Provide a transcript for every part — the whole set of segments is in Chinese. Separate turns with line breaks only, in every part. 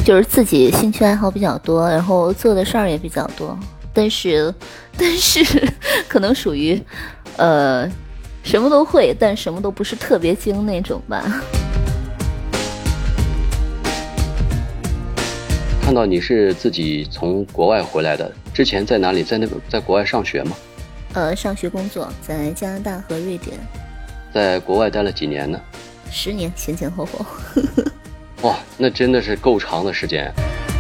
就是自己兴趣爱好比较多，然后做的事儿也比较多，但是可能属于什么都会，但什么都不是特别精那种吧。
看到你是自己从国外回来的，之前在哪里？在国外上学吗？
上学工作，在加拿大和瑞典。
在国外待了几年呢
？10年，前前后后。
哇，那真的是够长的时间。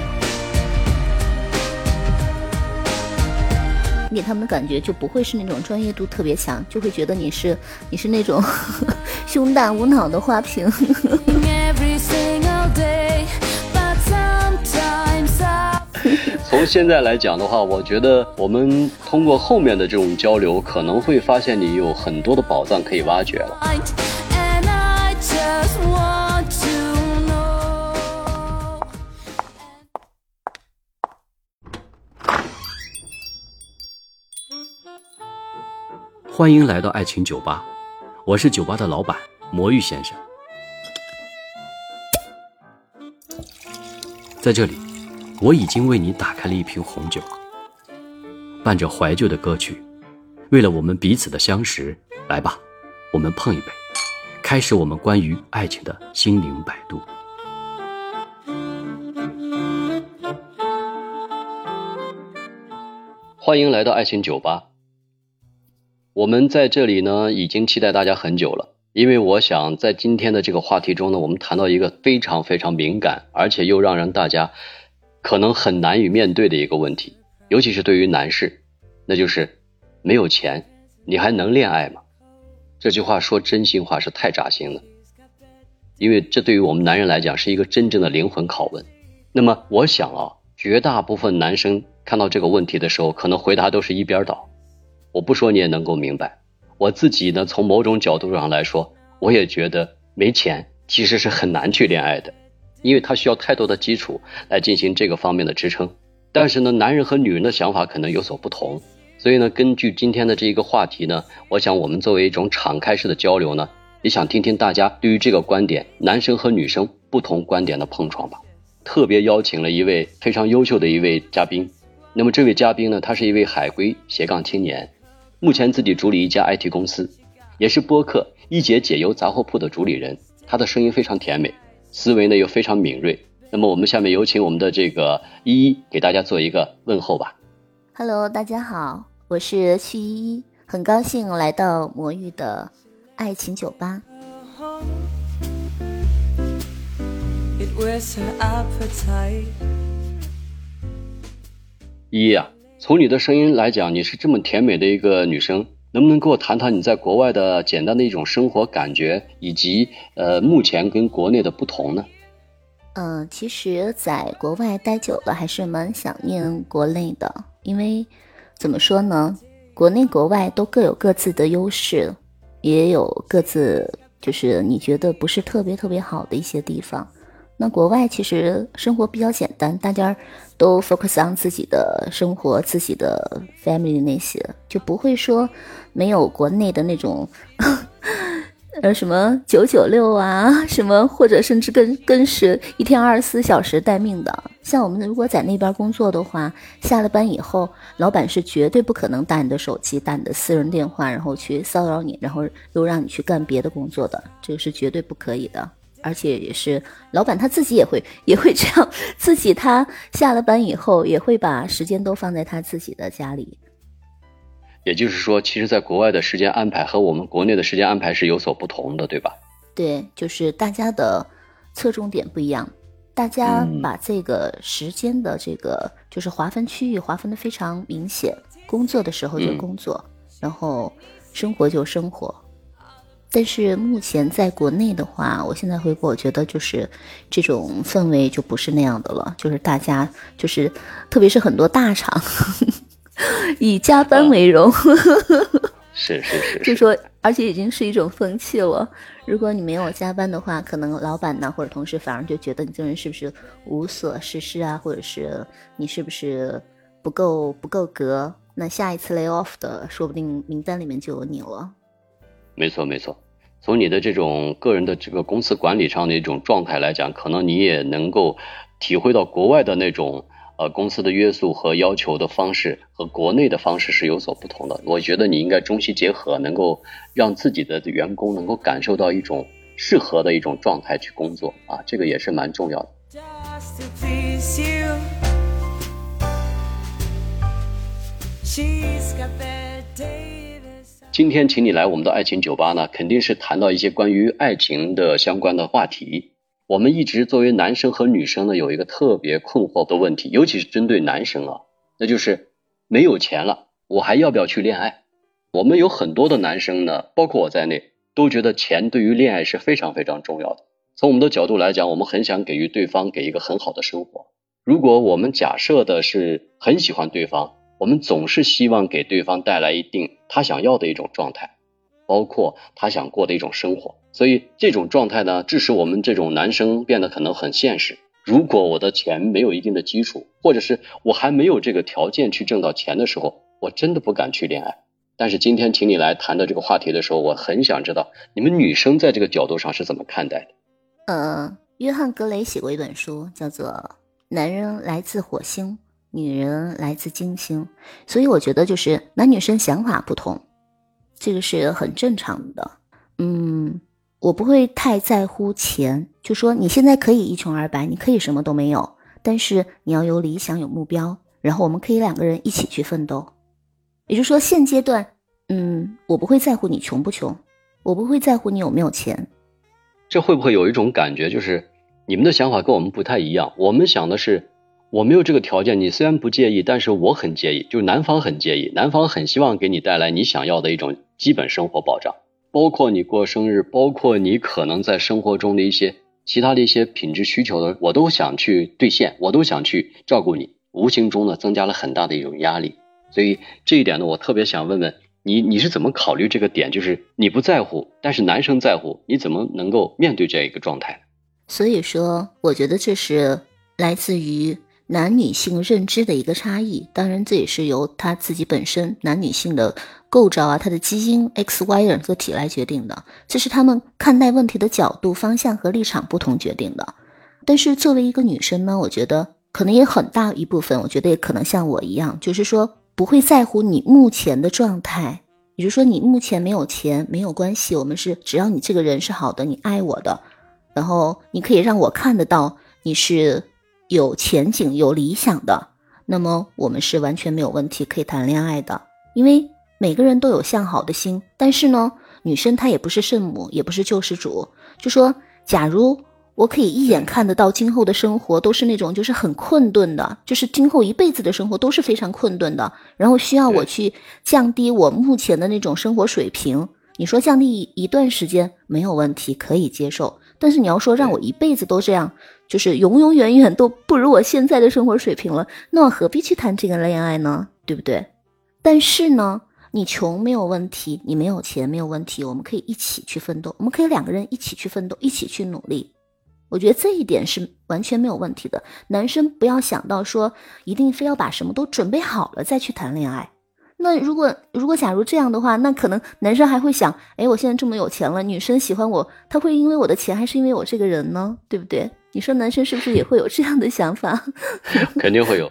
给他们的感觉就不会是那种专业度特别强，就会觉得你是那种胸大无脑的花瓶。
从现在来讲的话，我觉得我们通过后面的这种交流，可能会发现你有很多的宝藏可以挖掘了。欢迎来到爱情酒吧，我是酒吧的老板魔芋先生。在这里，我已经为你打开了一瓶红酒，伴着怀旧的歌曲，为了我们彼此的相识，来吧，我们碰一杯，开始我们关于爱情的心灵摆渡。欢迎来到爱情酒吧。我们在这里呢，已经期待大家很久了，因为我想在今天的这个话题中呢，我们谈到一个非常非常敏感，而且又让人大家可能很难以面对的一个问题，尤其是对于男士，那就是没有钱，你还能恋爱吗？这句话说真心话是太扎心了，因为这对于我们男人来讲是一个真正的灵魂拷问。那么我想绝大部分男生看到这个问题的时候，可能回答都是一边倒。我不说你也能够明白，我自己呢，从某种角度上来说，我也觉得没钱其实是很难去恋爱的，因为它需要太多的基础来进行这个方面的支撑。但是呢，男人和女人的想法可能有所不同，所以呢，根据今天的这一个话题呢，我想我们作为一种敞开式的交流呢，也想听听大家对于这个观点，男生和女生不同观点的碰撞吧。特别邀请了一位非常优秀的一位嘉宾，那么这位嘉宾呢，他是一位海归斜杠青年，目前自己主理一家 IT 公司，也是播客一节解忧杂货铺的主理人。他的声音非常甜美，思维呢又非常敏锐。那么我们下面有请我们的这个依依给大家做一个问候吧。
Hello， 大家好，我是曲依依，很高兴来到魔芋的爱情酒吧。
依依啊，从你的声音来讲，你是这么甜美的一个女生，能不能给我谈谈你在国外的简单的一种生活感觉，以及目前跟国内的不同呢？
其实在国外待久了还是蛮想念国内的，因为怎么说呢，国内国外都各有各自的优势，也有各自就是你觉得不是特别特别好的一些地方。那国外其实生活比较简单，大家都 focus on 自己的生活，自己的 family 那些，就不会说没有国内的那种什么996啊，什么或者甚至更是一天24小时待命的。像我们如果在那边工作的话，下了班以后，老板是绝对不可能打你的手机，打你的私人电话，然后去骚扰你，然后又让你去干别的工作的，这个是绝对不可以的。而且也是老板他自己也会这样，自己他下了班以后也会把时间都放在他自己的家里。
也就是说，其实在国外的时间安排和我们国内的时间安排是有所不同的，对吧？
对，就是大家的侧重点不一样，大家把这个时间的这个就是划分区域划分的非常明显，工作的时候就工作，然后生活就生活。但是目前在国内的话，我现在回国，我觉得就是这种氛围就不是那样的了，就是大家就是特别是很多大厂以加班为荣，
是
就说而且已经是一种风气了。如果你没有加班的话，可能老板呢或者同事反而就觉得你这人是不是无所事事啊，或者是你是不是不够格，那下一次 lay off 的说不定名单里面就有你了。
没错， 从你的这种个人的这个公司管理上的一种状态来讲，可能你也能够体会到国外的那种公司的约束和要求的方式和国内的方式是有所不同的。我觉得你应该中西结合，能够让自己的员工能够感受到一种适合的一种状态去工作啊，这个也是蛮重要的。今天请你来我们的爱情酒吧呢，肯定是谈到一些关于爱情的相关的话题。我们一直作为男生和女生呢，有一个特别困惑的问题，尤其是针对男生啊，那就是没有钱了，我还要不要去恋爱？我们有很多的男生呢，包括我在内，都觉得钱对于恋爱是非常非常重要的。从我们的角度来讲，我们很想给予对方给一个很好的生活。如果我们假设的是很喜欢对方，我们总是希望给对方带来一定他想要的一种状态，包括他想过的一种生活。所以这种状态呢，致使我们这种男生变得可能很现实。如果我的钱没有一定的基础，或者是我还没有这个条件去挣到钱的时候，我真的不敢去恋爱。但是今天请你来谈的这个话题的时候，我很想知道你们女生在这个角度上是怎么看待的。
约翰格雷写过一本书，叫做《男人来自火星，女人来自金星》，所以我觉得就是男女生想法不同，这个是很正常的。我不会太在乎钱，就说你现在可以一穷二白，你可以什么都没有，但是你要有理想有目标，然后我们可以两个人一起去奋斗。也就是说现阶段我不会在乎你穷不穷，我不会在乎你有没有钱。
这会不会有一种感觉，就是你们的想法跟我们不太一样？我们想的是我没有这个条件，你虽然不介意，但是我很介意，就是男方很介意，男方很希望给你带来你想要的一种基本生活保障，包括你过生日，包括你可能在生活中的一些其他的一些品质需求的，我都想去兑现，我都想去照顾你，无形中呢增加了很大的一种压力。所以这一点呢，我特别想问问你是怎么考虑这个点，就是你不在乎，但是男生在乎，你怎么能够面对这一个状态？
所以说我觉得这是来自于男女性认知的一个差异，当然这也是由他自己本身男女性的构造啊，他的基因 XY 染色体来决定的，这是他们看待问题的角度方向和立场不同决定的。但是作为一个女生呢，我觉得可能也很大一部分，我觉得也可能像我一样，就是说不会在乎你目前的状态，也就是说你目前没有钱没有关系，我们是只要你这个人是好的，你爱我的，然后你可以让我看得到你是有前景有理想的，那么我们是完全没有问题可以谈恋爱的。因为每个人都有向好的心，但是呢，女生她也不是圣母也不是救世主，就说假如我可以一眼看得到今后的生活都是那种就是很困顿的，就是今后一辈子的生活都是非常困顿的，然后需要我去降低我目前的那种生活水平，你说降低一段时间没有问题，可以接受，但是你要说让我一辈子都这样，就是永永远远都不如我现在的生活水平了，那我何必去谈这个恋爱呢？对不对？但是呢，你穷没有问题，你没有钱没有问题，我们可以一起去奋斗，我们可以两个人一起去奋斗，一起去努力。我觉得这一点是完全没有问题的。男生不要想到说一定非要把什么都准备好了再去谈恋爱。那如果假如这样的话，那可能男生还会想，我现在这么有钱了，女生喜欢我，他会因为我的钱还是因为我这个人呢？对不对？你说男生是不是也会有这样的想法？
肯定会有。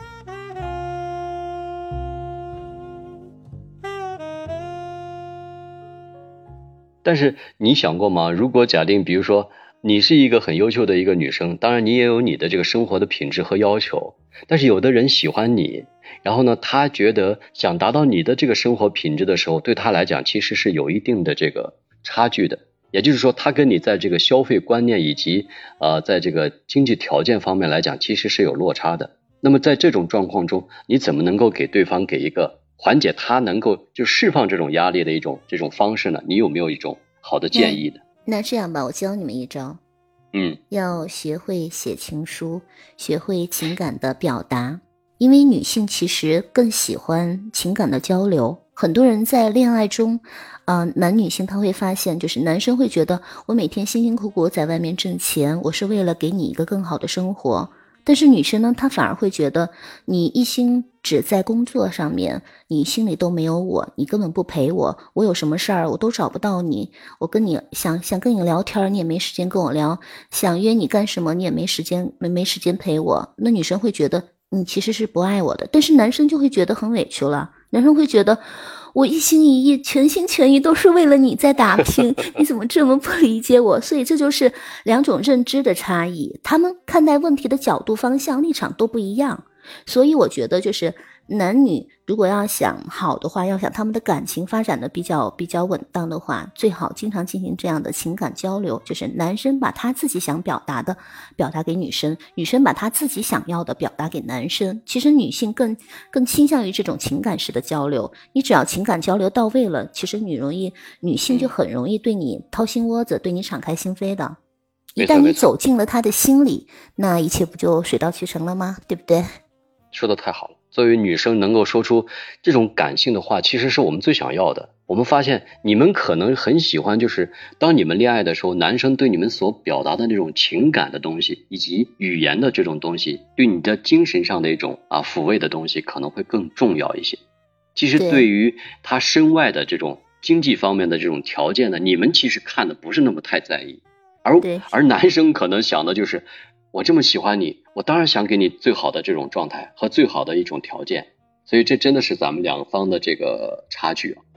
但是你想过吗？如果假定比如说你是一个很优秀的一个女生，当然你也有你的这个生活的品质和要求，但是有的人喜欢你，然后呢他觉得想达到你的这个生活品质的时候，对他来讲其实是有一定的这个差距的，也就是说他跟你在这个消费观念以及在这个经济条件方面来讲其实是有落差的。那么在这种状况中，你怎么能够给对方给一个缓解他能够就释放这种压力的这种方式呢？你有没有一种好的建议的？
那这样吧，我教你们一招。要学会写情书，学会情感的表达，因为女性其实更喜欢情感的交流。很多人在恋爱中男女性他会发现，就是男生会觉得我每天辛辛苦苦在外面挣钱，我是为了给你一个更好的生活， 但是女生呢，她反而会觉得你一心只在工作上面，你心里都没有我，你根本不陪我，我有什么事儿我都找不到你，我跟你想跟你聊天，你也没时间跟我聊，想约你干什么，你也没时间陪我。那女生会觉得你其实是不爱我的，但是男生就会觉得很委屈了，男生会觉得我一心一意全心全意都是为了你在打拼，你怎么这么不理解我？所以这就是两种认知的差异，他们看待问题的角度方向立场都不一样。所以我觉得就是男女如果要想好的话，要想他们的感情发展的比较稳当的话，最好经常进行这样的情感交流，就是男生把他自己想表达的表达给女生，女生把他自己想要的表达给男生。其实女性更倾向于这种情感式的交流，你只要情感交流到位了，其实女性就很容易对你掏心窝子，对你敞开心扉的。一旦你走进了他的心里，那一切不就水到渠成了吗？对不对？
说的太好了，作为女生能够说出这种感性的话，其实是我们最想要的。我们发现你们可能很喜欢，就是当你们恋爱的时候，男生对你们所表达的那种情感的东西，以及语言的这种东西，对你的精神上的一种抚慰的东西，可能会更重要一些。其实对于他身外的这种经济方面的这种条件呢，你们其实看的不是那么太在意，而男生可能想的就是我这么喜欢你，我当然想给你最好的这种状态和最好的一种条件，所以这真的是咱们两方的这个差距啊。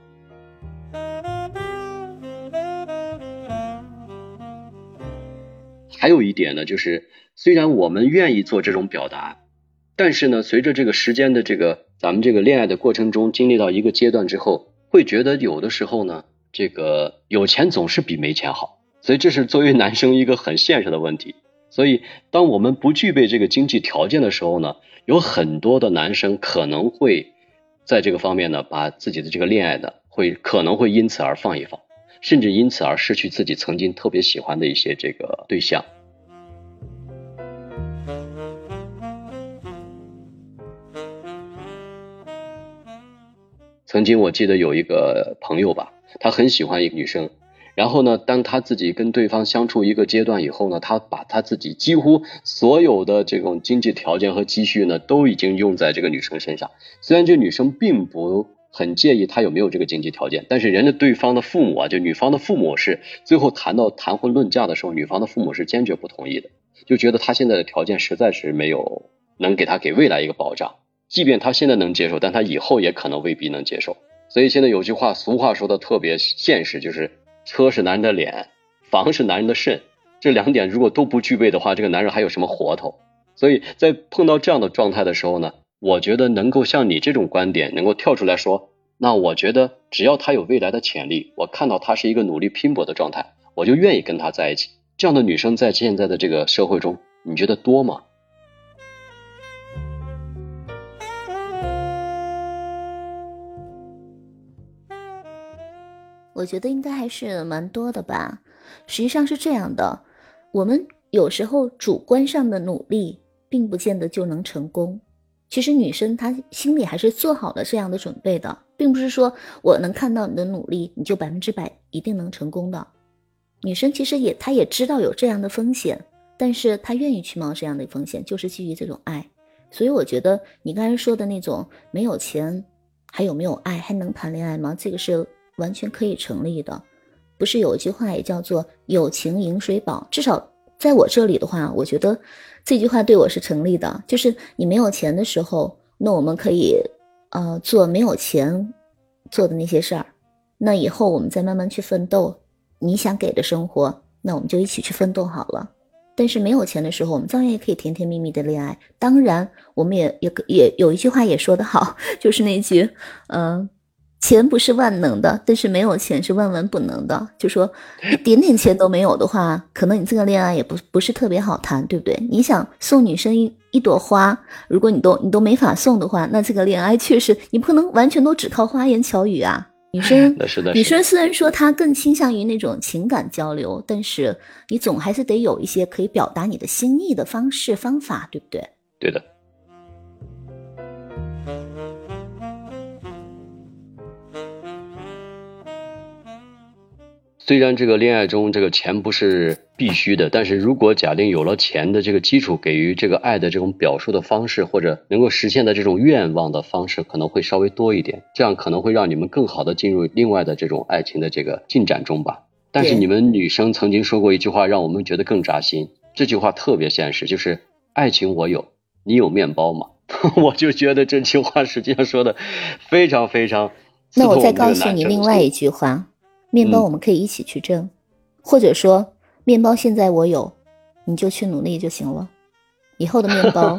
还有一点呢，就是虽然我们愿意做这种表达，但是呢，随着这个时间的咱们这个恋爱的过程中，经历到一个阶段之后，会觉得有的时候呢，这个有钱总是比没钱好，所以这是作为男生一个很现实的问题。所以当我们不具备这个经济条件的时候呢，有很多的男生可能会在这个方面呢，把自己的这个恋爱的可能会因此而放一放，甚至因此而失去自己曾经特别喜欢的一些这个对象。曾经我记得有一个朋友吧，他很喜欢一个女生，然后呢，当他自己跟对方相处一个阶段以后呢，他把他自己几乎所有的这种经济条件和积蓄呢，都已经用在这个女生身上。虽然这女生并不很介意他有没有这个经济条件，但是人家对方的父母就女方的父母是最后谈婚论嫁的时候，女方的父母是坚决不同意的，就觉得他现在的条件实在是没有能给未来一个保障。即便他现在能接受，但他以后也可能未必能接受。所以现在有句话，俗话说的特别现实，就是车是男人的脸，房是男人的肾，这两点如果都不具备的话，这个男人还有什么活头？所以在碰到这样的状态的时候呢，我觉得能够像你这种观点能够跳出来说，那我觉得只要他有未来的潜力，我看到他是一个努力拼搏的状态，我就愿意跟他在一起。这样的女生在现在的这个社会中，你觉得多吗？
我觉得应该还是蛮多的吧。实际上是这样的，我们有时候主观上的努力并不见得就能成功。其实女生她心里还是做好了这样的准备的，并不是说我能看到你的努力你就100%一定能成功的。女生其实她也知道有这样的风险，但是她愿意去冒这样的风险，就是基于这种爱。所以我觉得你刚才说的那种没有钱还有没有爱还能谈恋爱吗？这个是完全可以成立的。不是有一句话也叫做有情饮水饱，至少在我这里的话，我觉得这句话对我是成立的。就是你没有钱的时候，那我们可以做没有钱做的那些事儿，那以后我们再慢慢去奋斗，你想给的生活，那我们就一起去奋斗好了。但是没有钱的时候，我们照样也可以甜甜蜜蜜的恋爱。当然我们也有一句话也说得好，就是那句钱不是万能的，但是没有钱是万万不能的。就说一点点钱都没有的话，可能你这个恋爱也不是特别好谈，对不对？你想送女生一朵花，如果你都没法送的话，那这个恋爱确实你不可能完全都只靠花言巧语啊。女生虽然说她更倾向于那种情感交流，但是你总还是得有一些可以表达你的心意的方式方法，对不对？
对的。 虽然这个恋爱中这个钱不是必须的，但是如果假定有了钱的这个基础，给予这个爱的这种表述的方式，或者能够实现的这种愿望的方式可能会稍微多一点，这样可能会让你们更好的进入另外的这种爱情的这个进展中吧。但是你们女生曾经说过一句话让我们觉得更扎心，这句话特别现实，就是爱情我有，你有面包吗？我就觉得这句话实际上说的非常非常。
那我再告诉你另外一句话，面包我们可以一起去挣，或者说面包现在我有，你就去努力就行了，以后的面包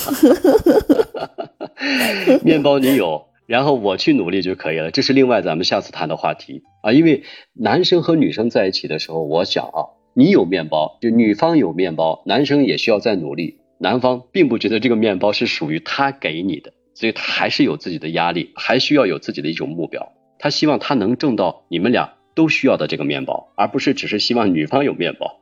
面包你有，然后我去努力就可以了，这是另外咱们下次谈的话题啊。因为男生和女生在一起的时候，我想啊，你有面包，就女方有面包，男生也需要再努力，男方并不觉得这个面包是属于他给你的，所以他还是有自己的压力，还需要有自己的一种目标，他希望他能挣到你们俩都需要的这个面包，而不是只是希望女方有面包。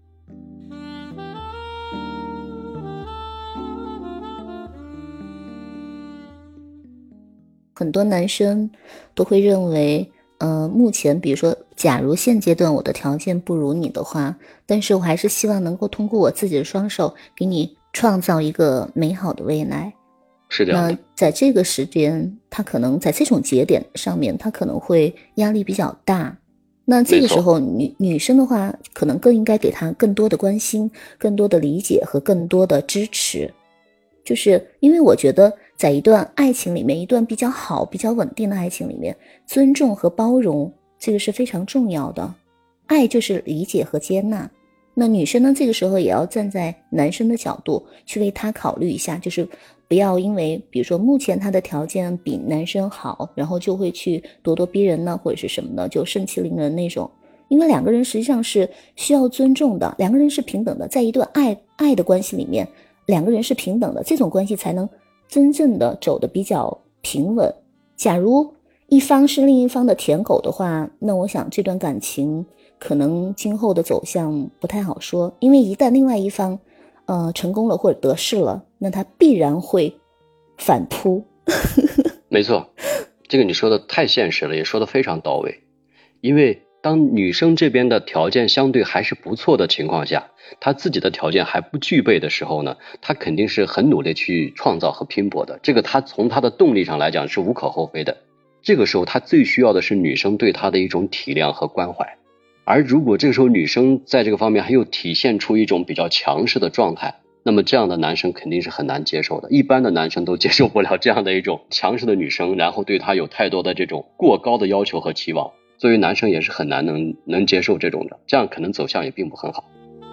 很多男生都会认为目前比如说假如现阶段我的条件不如你的话，但是我还是希望能够通过我自己的双手给你创造一个美好的未来。
是这样的。
那在这个时间，他可能在这种节点上面，他可能会压力比较大。那这个时候女生的话，可能更应该给他更多的关心，更多的理解和更多的支持。就是因为我觉得在一段爱情里面，一段比较好比较稳定的爱情里面，尊重和包容这个是非常重要的。爱就是理解和接纳，那女生呢这个时候也要站在男生的角度去为他考虑一下，就是不要因为比如说目前他的条件比男生好，然后就会去咄咄逼人呢，或者是什么呢，就盛气凌人那种。因为两个人实际上是需要尊重的，两个人是平等的，在一段爱的关系里面，两个人是平等的，这种关系才能真正的走得比较平稳。假如一方是另一方的舔狗的话，那我想这段感情可能今后的走向不太好说，因为一旦另外一方成功了或者得势了，那他必然会反扑。
没错，这个你说的太现实了，也说的非常到位。因为当女生这边的条件相对还是不错的情况下，她自己的条件还不具备的时候呢，她肯定是很努力去创造和拼搏的，这个她从她的动力上来讲是无可厚非的。这个时候她最需要的是女生对她的一种体谅和关怀，而如果这个时候女生在这个方面还又体现出一种比较强势的状态，那么这样的男生肯定是很难接受的，一般的男生都接受不了这样的一种强势的女生，然后对她有太多的这种过高的要求和期望，作为男生也是很难能接受这种的，这样可能走向也并不很好。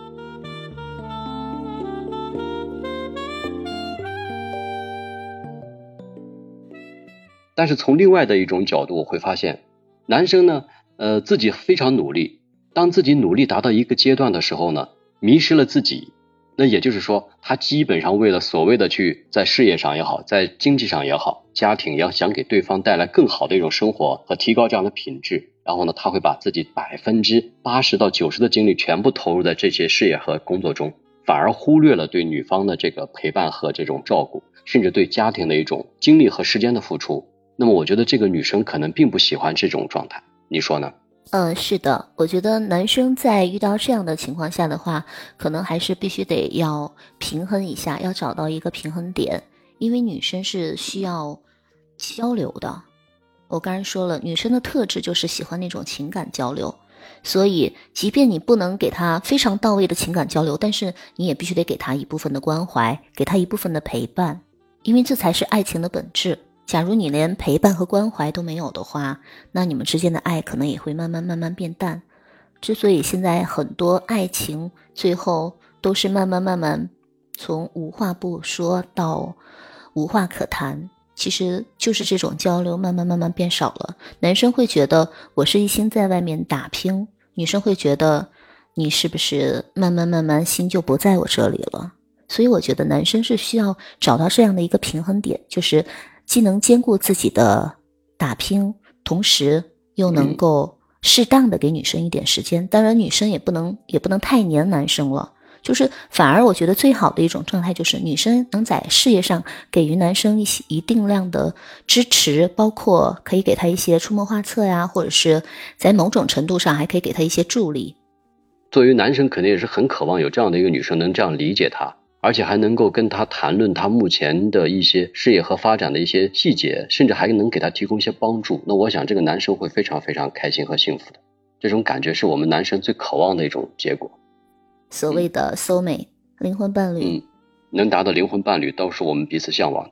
但是从另外的一种角度，我会发现男生呢自己非常努力，当自己努力达到一个阶段的时候呢，迷失了自己，那也就是说他基本上为了所谓的去在事业上也好，在经济上也好，家庭要想给对方带来更好的一种生活和提高这样的品质，然后呢他会把自己80%到90%的精力全部投入在这些事业和工作中，反而忽略了对女方的这个陪伴和这种照顾，甚至对家庭的一种精力和时间的付出。那么我觉得这个女生可能并不喜欢这种状态，你说呢？
是的，我觉得男生在遇到这样的情况下的话，可能还是必须得要平衡一下，要找到一个平衡点，因为女生是需要交流的。我刚才说了，女生的特质就是喜欢那种情感交流，所以即便你不能给她非常到位的情感交流，但是你也必须得给她一部分的关怀，给她一部分的陪伴，因为这才是爱情的本质。假如你连陪伴和关怀都没有的话，那你们之间的爱可能也会慢慢变淡。之所以现在很多爱情最后都是慢慢从无话不说到无话可谈，其实就是这种交流慢慢变少了。男生会觉得我是一心在外面打拼，女生会觉得你是不是慢慢心就不在我这里了。所以我觉得男生是需要找到这样的一个平衡点，就是既能兼顾自己的打拼，同时又能够适当的给女生一点时间。当然女生也不能太黏男生了， 就是反而我觉得最好的一种状态就是女生能在事业上给予男生一定量的支持，包括可以给他一些出谋划策呀，或者是在某种程度上还可以给他一些助力。
作为男生肯定也是很渴望有这样的一个女生能这样理解他，而且还能够跟他谈论他目前的一些事业和发展的一些细节，甚至还能给他提供一些帮助。那我想这个男生会非常非常开心和幸福的，这种感觉是我们男生最渴望的一种结果。
所谓的 soul mate，灵魂伴侣，
能达到灵魂伴侣都是我们彼此向往的。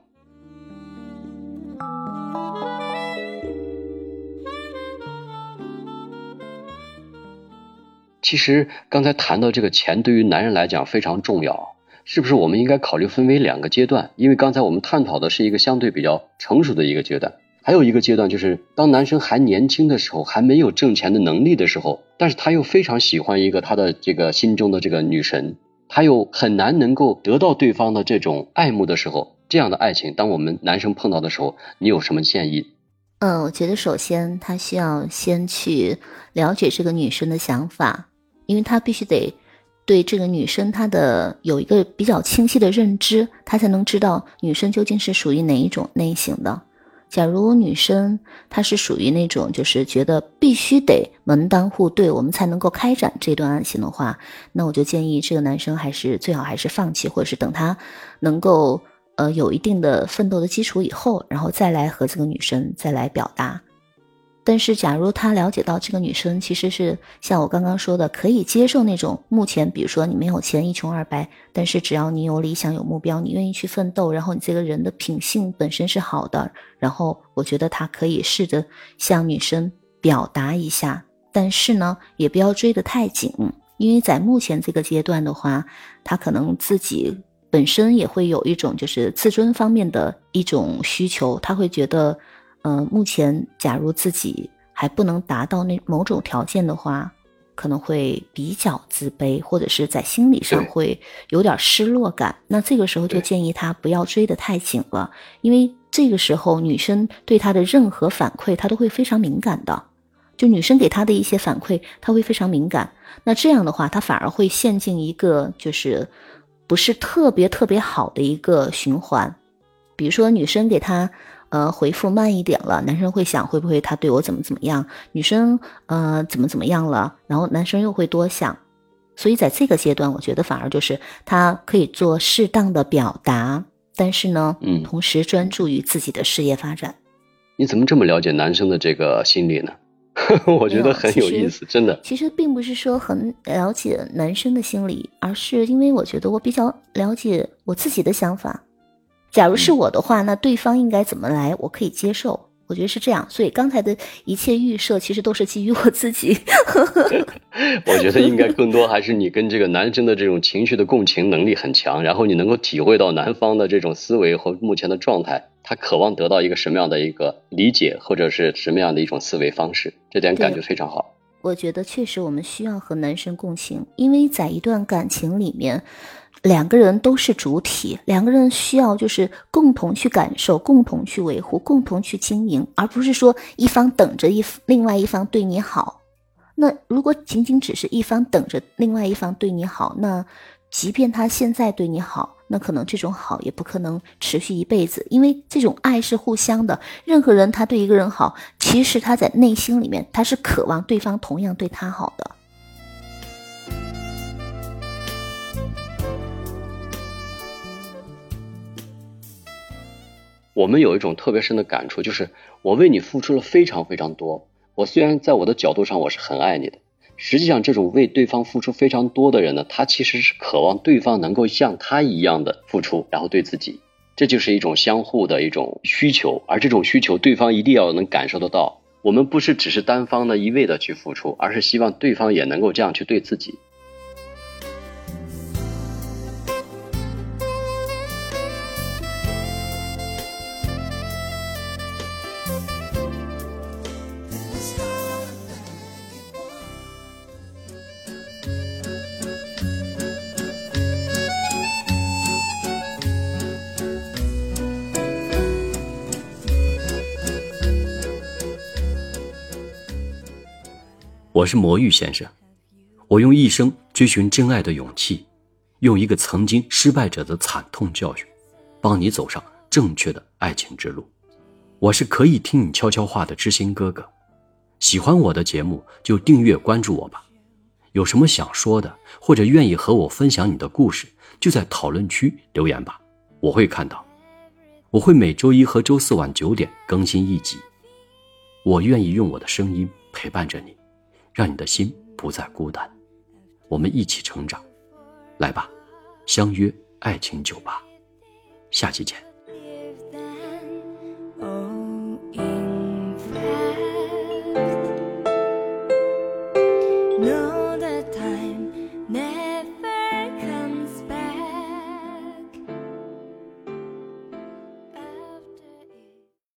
其实刚才谈到这个钱对于男人来讲非常重要，是不是我们应该考虑分为2个阶段？因为刚才我们探讨的是一个相对比较成熟的一个阶段，还有一个阶段就是当男生还年轻的时候，还没有挣钱的能力的时候，但是他又非常喜欢一个他的这个心中的这个女神，他又很难能够得到对方的这种爱慕的时候，这样的爱情当我们男生碰到的时候，你有什么建议？
我觉得首先他需要先去了解这个女生的想法，因为他必须得对这个女生她的有一个比较清晰的认知，他才能知道女生究竟是属于哪一种类型的。假如女生她是属于那种就是觉得必须得门当户对我们才能够开展这段爱情的话，那我就建议这个男生最好还是放弃，或者是等他能够有一定的奋斗的基础以后，然后再来和这个女生再来表达。但是假如他了解到这个女生其实是像我刚刚说的，可以接受那种目前比如说你没有钱，一穷二白，但是只要你有理想有目标，你愿意去奋斗，然后你这个人的品性本身是好的，然后我觉得他可以试着向女生表达一下，但是呢也不要追得太紧，因为在目前这个阶段的话，他可能自己本身也会有一种就是自尊方面的一种需求，他会觉得目前假如自己还不能达到那某种条件的话，可能会比较自卑，或者是在心理上会有点失落感。那这个时候就建议他不要追得太紧了，因为这个时候女生对他的任何反馈他都会非常敏感的，就女生给他的一些反馈他会非常敏感，那这样的话他反而会陷进一个就是不是特别特别好的一个循环。比如说女生给他回复慢一点了，男生会想会不会他对我怎么样，女生怎么样了，然后男生又会多想。所以在这个阶段我觉得反而就是他可以做适当的表达，但是呢同时专注于自己的事业发展。
你怎么这么了解男生的这个心理呢？我觉得很有意思，真的。
其实并不是说很了解男生的心理，而是因为我觉得我比较了解我自己的想法。假如是我的话，那对方应该怎么来我可以接受，我觉得是这样。所以刚才的一切预设其实都是基于我自己。
我觉得应该更多还是你跟这个男生的这种情绪的共情能力很强，然后你能够体会到男方的这种思维和目前的状态，他渴望得到一个什么样的一个理解，或者是什么样的一种思维方式，这点感觉非常好。
我觉得确实我们需要和男生共情，因为在一段感情里面两个人都是主体，两个人需要就是共同去感受，共同去维护，共同去经营，而不是说一方等着另外一方对你好。那如果仅仅只是一方等着另外一方对你好，那即便他现在对你好，那可能这种好也不可能持续一辈子，因为这种爱是互相的。任何人他对一个人好，其实他在内心里面他是渴望对方同样对他好的。
我们有一种特别深的感触，就是我为你付出了非常非常多，我虽然在我的角度上我是很爱你的，实际上这种为对方付出非常多的人呢，他其实是渴望对方能够像他一样的付出，然后对自己，这就是一种相互的一种需求，而这种需求对方一定要能感受得到。我们不是只是单方的一味的去付出，而是希望对方也能够这样去对自己。我是魔芋先生，我用一生追寻真爱的勇气，
用一个曾经失败者的惨痛教训，帮你走上正确的爱情之路。我是可以听你悄悄话的知心哥哥，喜欢我的节目就订阅关注我吧。有什么想说的，或者愿意和我分享你的故事，就在讨论区留言吧，我会看到。我会每周一和周四晚9点更新一集。我愿意用我的声音陪伴着你，让你的心不再孤单。我们一起成长，来吧，相约爱情酒吧，下期见。
No